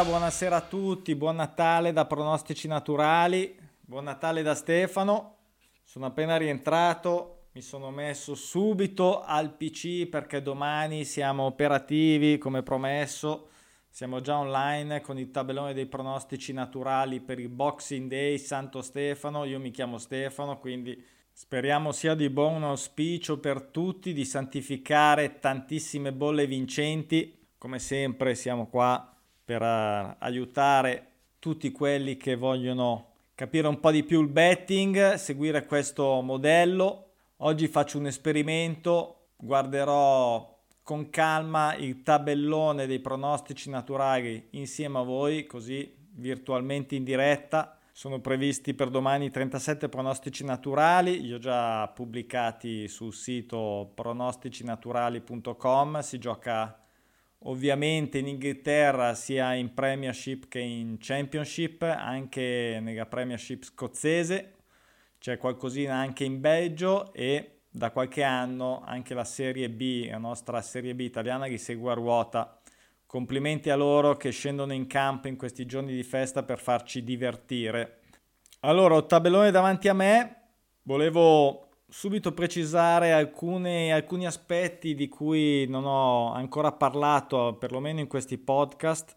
buonasera a tutti, buon Natale da Pronostici Naturali, buon Natale da Stefano. Sono appena rientrato, mi sono messo subito al PC perché domani siamo operativi come promesso. Siamo già online con il tabellone dei pronostici naturali per il Boxing Day Santo Stefano. Io mi chiamo Stefano, quindi speriamo sia di buon auspicio per tutti di santificare tantissime bolle vincenti. Come sempre siamo qua per aiutare tutti quelli che vogliono capire un po' di più il betting, seguire questo modello. Oggi faccio un esperimento, guarderò con calma il tabellone dei pronostici naturali insieme a voi, così virtualmente in diretta. Sono previsti per domani 37 pronostici naturali, li ho già pubblicati sul sito pronosticinaturali.com. Si gioca ovviamente in Inghilterra sia in Premiership che in Championship, anche nella Premiership scozzese, c'è qualcosina anche in Belgio e da qualche anno anche la Serie B, la nostra Serie B italiana, li segue a ruota. Complimenti a loro che scendono in campo in questi giorni di festa per farci divertire. Allora, ho il tabellone davanti a me, volevo subito precisare alcuni aspetti di cui non ho ancora parlato, perlomeno in questi podcast.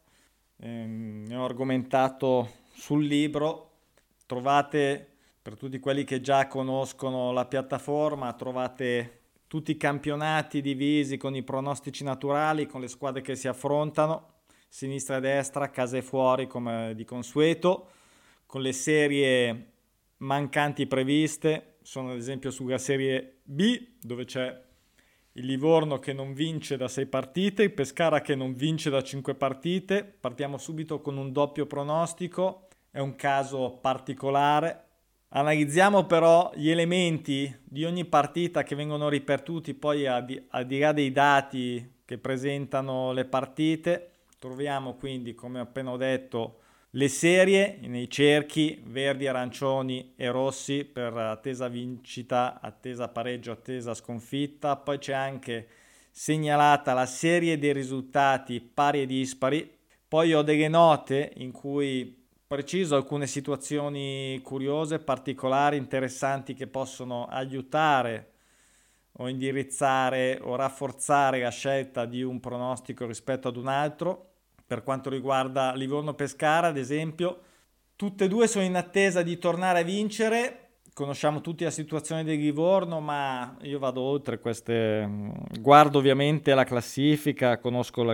Ne ho argomentato sul libro. Trovate, per tutti quelli che già conoscono la piattaforma, trovate tutti i campionati divisi con i pronostici naturali, con le squadre che si affrontano, sinistra e destra, casa e fuori come di consueto, con le serie mancanti previste. Sono ad esempio sulla Serie B, dove c'è il Livorno che non vince da 6 partite, il Pescara che non vince da 5 partite. Partiamo subito con un doppio pronostico, è un caso particolare. Analizziamo però gli elementi di ogni partita che vengono ripetuti poi al di là dei dati che presentano le partite. Troviamo quindi, come appena ho detto, le serie nei cerchi verdi, arancioni e rossi per attesa vincita, attesa pareggio, attesa sconfitta. Poi c'è anche segnalata la serie dei risultati pari e dispari. Poi ho delle note in cui preciso alcune situazioni curiose, particolari, interessanti che possono aiutare o indirizzare o rafforzare la scelta di un pronostico rispetto ad un altro. Per quanto riguarda Livorno-Pescara, ad esempio, tutte e due sono in attesa di tornare a vincere. Conosciamo tutti la situazione di Livorno, ma io vado oltre queste. Guardo ovviamente la classifica, conosco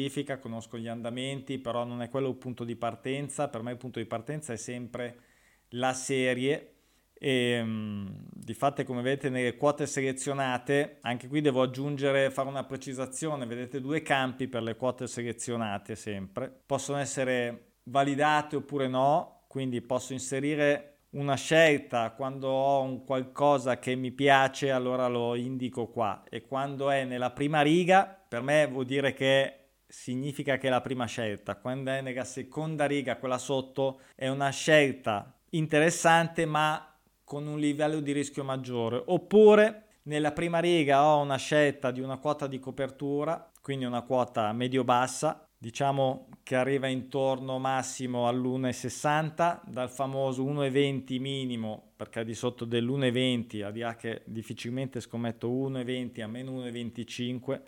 gli andamenti, però non è quello il punto di partenza. Per me il punto di partenza è sempre la serie. E difatti, come vedete nelle quote selezionate, anche qui devo fare una precisazione. Vedete due campi per le quote selezionate sempre, possono essere validate oppure no, quindi posso inserire una scelta quando ho un qualcosa che mi piace, allora lo indico qua, e quando è nella prima riga per me vuol dire che significa che è la prima scelta. Quando è nella seconda riga, quella sotto, è una scelta interessante ma con un livello di rischio maggiore. Oppure nella prima riga ho una scelta di una quota di copertura, quindi una quota medio-bassa, diciamo che arriva intorno massimo all'1,60, dal famoso 1,20 minimo, perché al di sotto dell'1,20, a dire che difficilmente scommetto 1,20 a meno 1,25,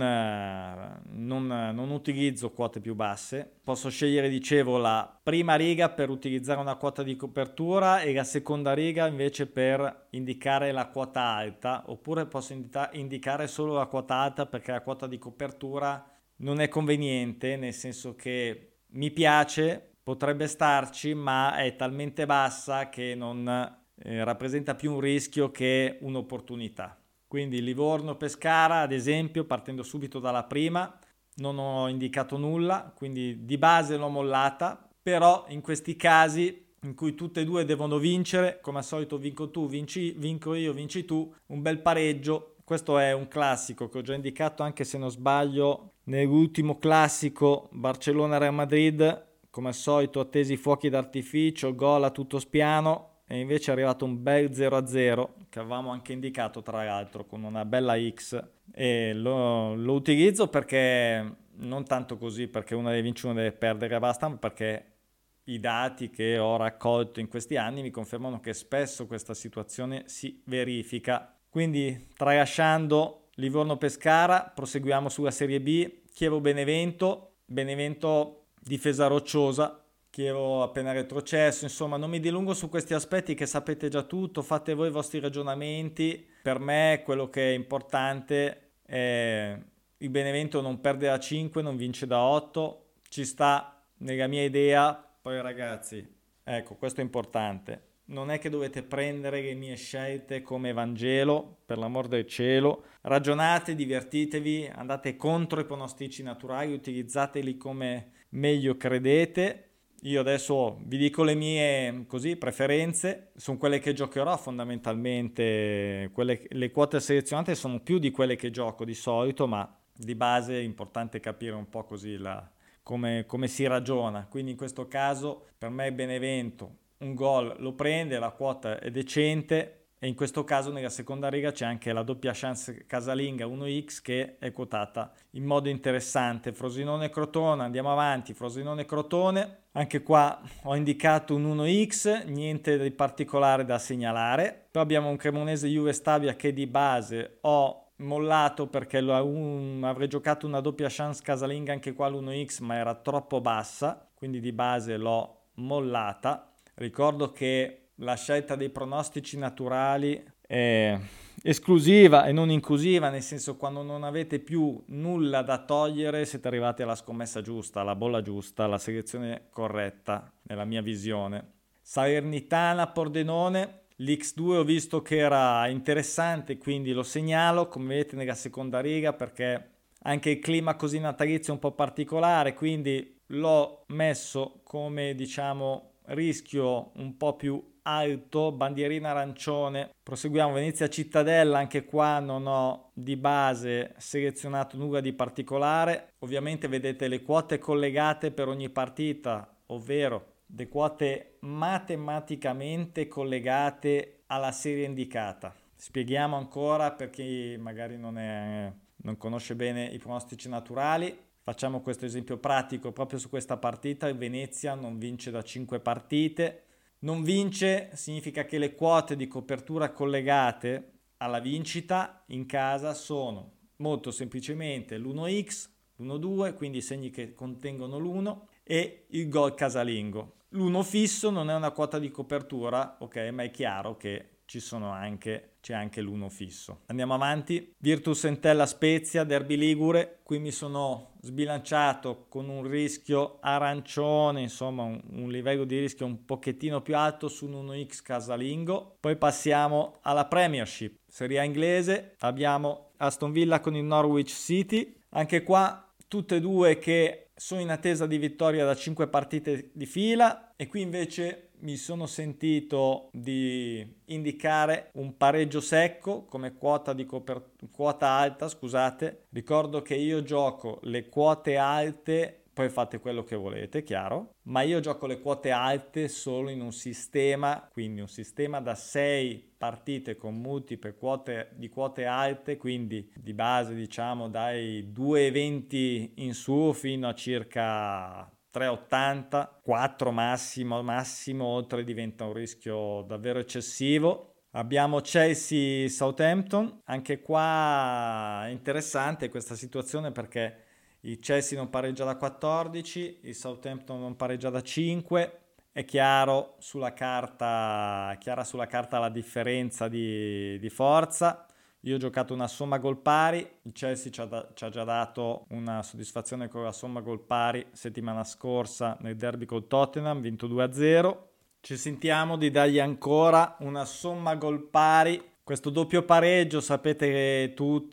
non utilizzo quote più basse. Posso scegliere, dicevo, la prima riga per utilizzare una quota di copertura e la seconda riga invece per indicare la quota alta, oppure posso indicare solo la quota alta perché la quota di copertura non è conveniente, nel senso che mi piace, potrebbe starci, ma è talmente bassa che non rappresenta più un rischio che un'opportunità. Quindi Livorno-Pescara, ad esempio, partendo subito dalla prima, non ho indicato nulla, quindi di base l'ho mollata, però in questi casi in cui tutte e due devono vincere, come al solito vinco tu, vinco io, vinci tu, un bel pareggio. Questo è un classico che ho già indicato, anche se non sbaglio, nell'ultimo classico Barcellona-Real Madrid, come al solito attesi i fuochi d'artificio, gol a tutto spiano, e invece è arrivato un bel 0-0 che avevamo anche indicato tra l'altro con una bella X, e lo utilizzo perché non tanto così perché uno deve vincere, uno deve perdere e basta, ma perché i dati che ho raccolto in questi anni mi confermano che spesso questa situazione si verifica. Quindi, tralasciando Livorno-Pescara, proseguiamo sulla Serie B. Chievo-Benevento, Benevento difesa rocciosa, Chievo appena retrocesso, insomma non mi dilungo su questi aspetti che sapete già tutto, fate voi i vostri ragionamenti. Per me quello che è importante è il Benevento non perde da 5, non vince da 8, ci sta nella mia idea. Poi ragazzi, ecco, questo è importante. Non è che dovete prendere le mie scelte come Vangelo, per l'amor del cielo. Ragionate, divertitevi, andate contro i pronostici naturali, utilizzateli come meglio credete. Io adesso vi dico le mie così, preferenze, sono quelle che giocherò fondamentalmente, le quote selezionate sono più di quelle che gioco di solito, ma di base è importante capire un po' così come si ragiona. Quindi in questo caso per me Benevento un gol lo prende, la quota è decente e in questo caso nella seconda riga c'è anche la doppia chance casalinga 1x che è quotata in modo interessante. Frosinone-Crotone, andiamo avanti, Frosinone-Crotone, anche qua ho indicato un 1x, niente di particolare da segnalare. Poi abbiamo un Cremonese-Juve Stabia che di base ho mollato perché avrei giocato una doppia chance casalinga anche qua l'1x ma era troppo bassa, quindi di base l'ho mollata. Ricordo che la scelta dei pronostici naturali è esclusiva e non inclusiva, nel senso quando non avete più nulla da togliere siete arrivati alla scommessa giusta, alla bolla giusta, alla selezione corretta nella mia visione. Salernitana Pordenone, l'X2 ho visto che era interessante, quindi lo segnalo, come vedete nella seconda riga, perché anche il clima così natalizio è un po' particolare, quindi l'ho messo come diciamo rischio un po' più alto, bandierina arancione. Proseguiamo, Venezia Cittadella, anche qua non ho di base selezionato nulla di particolare. Ovviamente vedete le quote collegate per ogni partita, ovvero le quote matematicamente collegate alla serie indicata. Spieghiamo ancora per chi magari non conosce bene i pronostici naturali. Facciamo questo esempio pratico proprio su questa partita. Il Venezia non vince da 5 partite. Non vince significa che le quote di copertura collegate alla vincita in casa sono molto semplicemente l'1x, l'1-2, quindi i segni che contengono l'1 e il gol casalingo. L'1 fisso non è una quota di copertura, ok, ma è chiaro che c'è anche l'1 fisso. Andiamo avanti. Virtus Entella Spezia, Derby Ligure. Qui mi sono sbilanciato con un rischio arancione, insomma un livello di rischio un pochettino più alto su un 1x casalingo. Poi passiamo alla Premiership. Serie A inglese. Abbiamo Aston Villa con il Norwich City. Anche qua tutte e due che sono in attesa di vittoria da 5 partite di fila e qui invece mi sono sentito di indicare un pareggio secco come quota alta, scusate. Ricordo che io gioco le quote alte, poi fate quello che volete, chiaro, ma io gioco le quote alte solo in un sistema, quindi un sistema da 6 partite con multiple quote alte, quindi di base diciamo dai 2,20 in su fino a circa 3,80, 4 massimo, oltre diventa un rischio davvero eccessivo. Abbiamo Chelsea-Southampton, anche qua è interessante questa situazione perché il Chelsea non pareggia da 14, il Southampton non pareggia da 5, è chiara sulla carta la differenza di forza. Io ho giocato una somma gol pari, il Chelsea ci ha già dato una soddisfazione con la somma gol pari settimana scorsa nel derby col Tottenham, vinto 2-0. Ci sentiamo di dargli ancora una somma gol pari. Questo doppio pareggio, sapete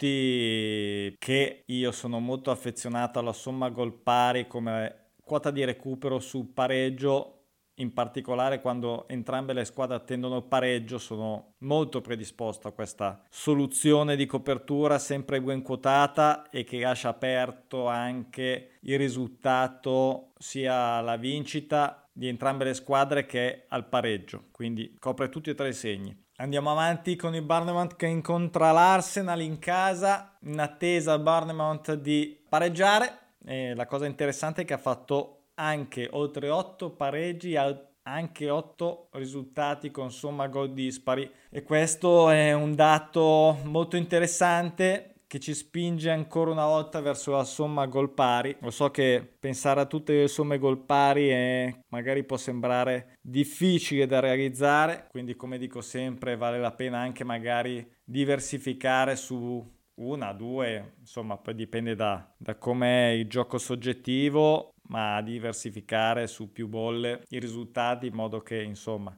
tutti che io sono molto affezionato alla somma gol pari come quota di recupero sul pareggio. In particolare quando entrambe le squadre attendono il pareggio sono molto predisposto a questa soluzione di copertura sempre ben quotata e che lascia aperto anche il risultato sia alla vincita di entrambe le squadre che al pareggio, quindi copre tutti e tre i segni. Andiamo avanti con il Bournemouth che incontra l'Arsenal in casa, in attesa al Bournemouth di pareggiare. e la cosa interessante è che ha fatto anche oltre 8 pareggi, anche 8 risultati con somma gol dispari, e questo è un dato molto interessante che ci spinge ancora una volta verso la somma gol pari. Lo so che pensare a tutte le somme gol pari magari può sembrare difficile da realizzare, quindi come dico sempre vale la pena anche magari diversificare su una, due, insomma poi dipende da com'è il gioco soggettivo, ma diversificare su più bolle i risultati in modo che insomma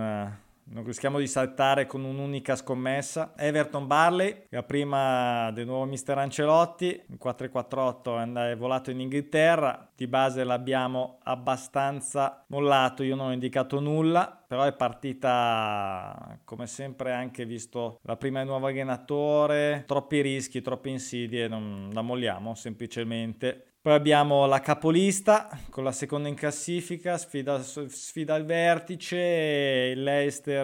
non rischiamo di saltare con un'unica scommessa. Everton Barley, la prima del nuovo mister Ancelotti, il 4-4-8 è volato in Inghilterra, di base l'abbiamo abbastanza mollato, io non ho indicato nulla, però è partita come sempre, anche visto la prima del nuovo allenatore, troppi rischi, troppe insidie, non la molliamo semplicemente. Poi abbiamo la capolista con la seconda in classifica, sfida al vertice, il Leicester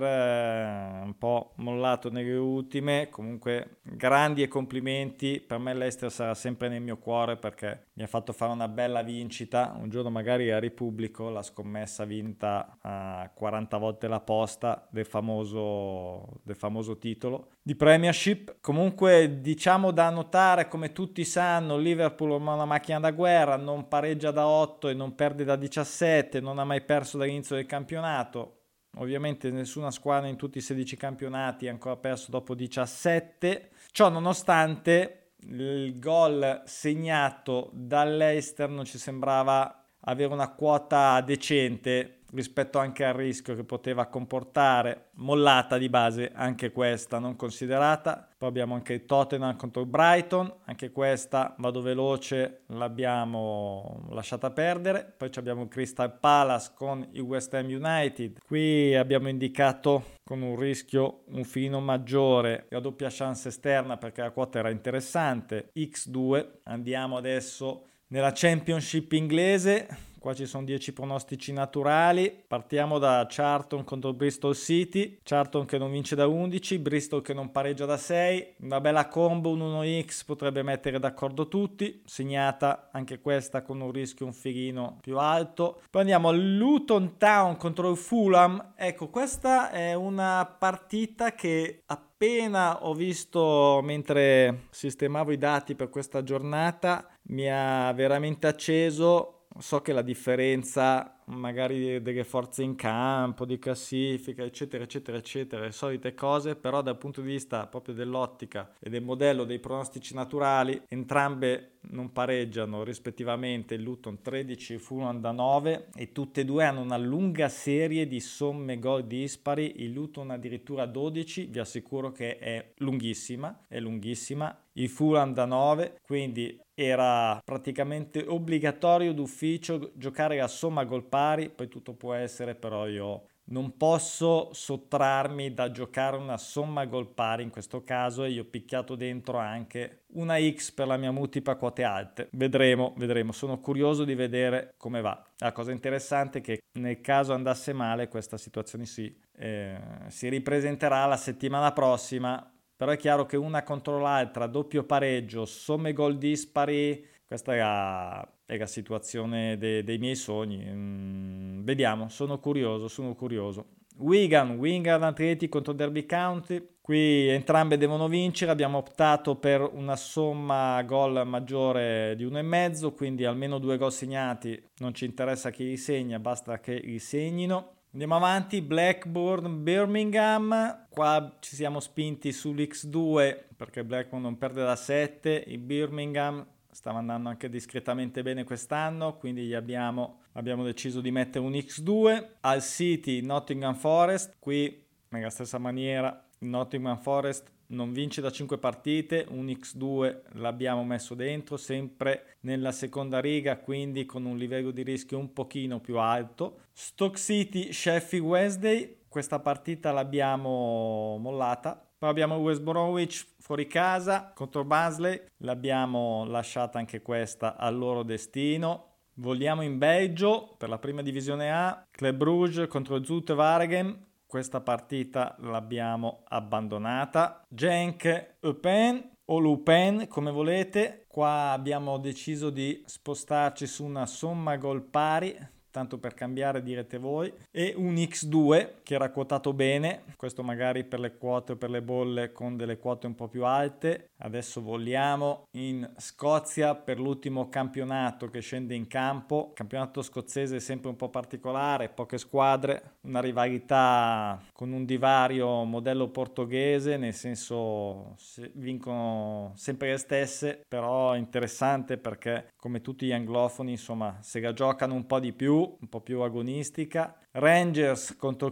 un po' mollato nelle ultime, comunque grandi e complimenti, per me il Leicester sarà sempre nel mio cuore perché mi ha fatto fare una bella vincita, un giorno magari a Ripubblico, la scommessa vinta a 40 volte la posta del famoso titolo di Premiership. Comunque diciamo da notare, come tutti sanno, Liverpool è una macchina da guerra, non pareggia da 8 e non perde da 17, non ha mai perso dall'inizio del campionato. Ovviamente nessuna squadra in tutti i 16 campionati ha ancora perso dopo 17. Ciò nonostante il gol segnato dall'Leicester non ci sembrava avere una quota decente rispetto anche al rischio che poteva comportare, mollata di base anche questa non considerata. Poi abbiamo anche il Tottenham contro il Brighton, anche questa vado veloce, l'abbiamo lasciata perdere. Poi abbiamo il Crystal Palace con il West Ham United, qui abbiamo indicato con un rischio un filino maggiore la doppia chance esterna perché la quota era interessante, x2. Andiamo adesso nella Championship inglese, qua ci sono 10 pronostici naturali. Partiamo da Charlton contro Bristol City. Charlton che non vince da 11, Bristol che non pareggia da 6. Una bella combo, un 1x potrebbe mettere d'accordo tutti. Segnata anche questa con un rischio un filino più alto. Poi andiamo a Luton Town contro il Fulham. Ecco, questa è una partita che appena ho visto mentre sistemavo i dati per questa giornata mi ha veramente acceso. So che la differenza magari delle forze in campo, di classifica, eccetera, eccetera, eccetera, le solite cose, però dal punto di vista proprio dell'ottica e del modello dei pronostici naturali, entrambe non pareggiano rispettivamente, il Luton 13 e il Fulham da 9, e tutte e due hanno una lunga serie di somme gol dispari, il Luton addirittura 12, vi assicuro che è lunghissima, il Fulham da 9, quindi era praticamente obbligatorio d'ufficio giocare a somma gol pari, poi tutto può essere, però io non posso sottrarmi da giocare una somma gol pari in questo caso, e io ho picchiato dentro anche una X per la mia multipla quote alte. Vedremo, sono curioso di vedere come va. La cosa interessante è che nel caso andasse male questa situazione si ripresenterà la settimana prossima. Però è chiaro che una contro l'altra, doppio pareggio, somme gol dispari, questa è la situazione dei miei sogni. Vediamo, sono curioso. Wigan Atletico contro Derby County, qui entrambe devono vincere, abbiamo optato per una somma gol maggiore di 1,5, quindi almeno 2 gol segnati, non ci interessa chi li segna, basta che li segnino. Andiamo avanti, Blackburn Birmingham, qua ci siamo spinti sull'X2 perché Blackburn non perde da 7, il Birmingham stava andando anche discretamente bene quest'anno, quindi abbiamo deciso di mettere un X2. Al City Nottingham Forest, qui nella stessa maniera il Nottingham Forest non vince da 5 partite, un X2 l'abbiamo messo dentro, sempre nella seconda riga, quindi con un livello di rischio un pochino più alto. Stoke City Sheffield Wednesday, questa partita l'abbiamo mollata. Poi abbiamo West Bromwich fuori casa contro Barnsley, l'abbiamo lasciata anche questa al loro destino. Vogliamo in Belgio per la prima divisione A, Club Brugge contro Zulte Waregem. Questa partita l'abbiamo abbandonata. Genk Eupen, o Lupin, come volete. Qua abbiamo deciso di spostarci su una somma gol pari, tanto per cambiare direte voi, e un X2 che era quotato bene, questo magari per le quote o per le bolle con delle quote un po' più alte. Adesso vogliamo in Scozia per l'ultimo campionato che scende in campo. Il campionato scozzese è sempre un po' particolare, poche squadre, una rivalità con un divario modello portoghese, nel senso vincono sempre le stesse, però interessante perché come tutti gli anglofoni insomma se la giocano un po' di più, un po' più agonistica. Rangers contro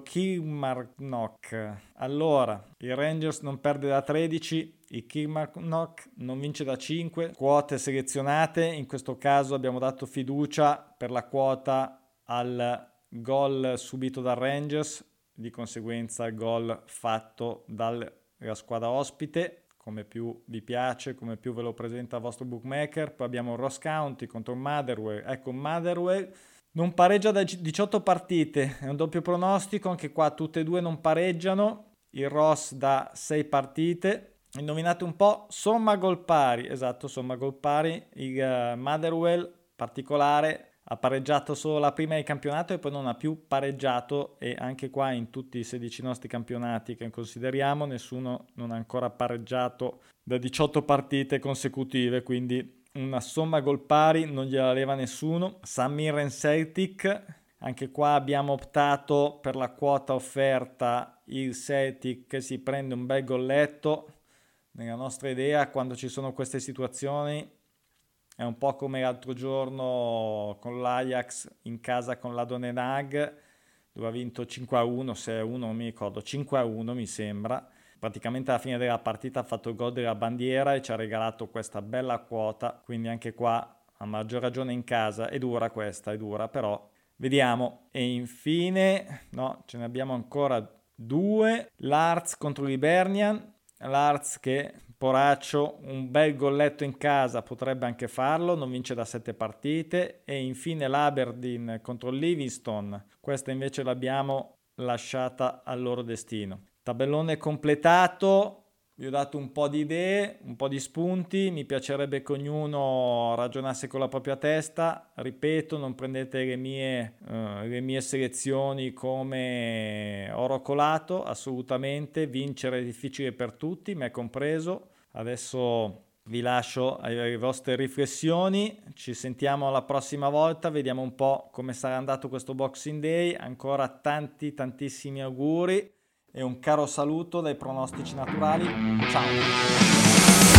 Kilmarnock. Allora, il Rangers non perde da 13, il Kilmarnock non vince da 5. Quote selezionate, in questo caso abbiamo dato fiducia per la quota al gol subito dal Rangers, di conseguenza il gol fatto dalla squadra ospite, come più vi piace, come più ve lo presenta il vostro bookmaker. Poi abbiamo Ross County contro Motherwell. Ecco, Motherwell non pareggia da 18 partite, è un doppio pronostico, anche qua tutte e due non pareggiano, il Ross da 6 partite. Indovinate un po', somma gol pari, esatto, somma gol pari, il Motherwell particolare ha pareggiato solo la prima di campionato e poi non ha più pareggiato, e anche qua in tutti i 16 nostri campionati che consideriamo nessuno non ha ancora pareggiato da 18 partite consecutive, quindi una somma gol pari non gliela leva nessuno. St Mirren Celtic, anche qua abbiamo optato per la quota offerta, il Celtic che si prende un bel golletto. Nella nostra idea, quando ci sono queste situazioni, è un po' come l'altro giorno con l'Ajax in casa con la Donenag, dove ha vinto 5-1, 6-1, non mi ricordo, 5-1 mi sembra. Praticamente alla fine della partita ha fatto il gol della bandiera e ci ha regalato questa bella quota, quindi anche qua a maggior ragione in casa. È dura questa, è dura, però vediamo. E infine, no, ce ne abbiamo ancora due. L'Arts contro l'Hibernian. L'Arts che, poraccio, un bel golletto in casa potrebbe anche farlo, non vince da 7 partite. E infine l'Aberdeen contro il Livingston. Questa invece l'abbiamo lasciata al loro destino. Tabellone completato, vi ho dato un po' di idee, un po' di spunti, mi piacerebbe che ognuno ragionasse con la propria testa. Ripeto, non prendete le mie selezioni come oro colato, assolutamente, vincere è difficile per tutti, me compreso. Adesso vi lascio alle vostre riflessioni, ci sentiamo la prossima volta, vediamo un po' come sarà andato questo Boxing Day, ancora tantissimi auguri e un caro saluto dai pronostici naturali. Ciao!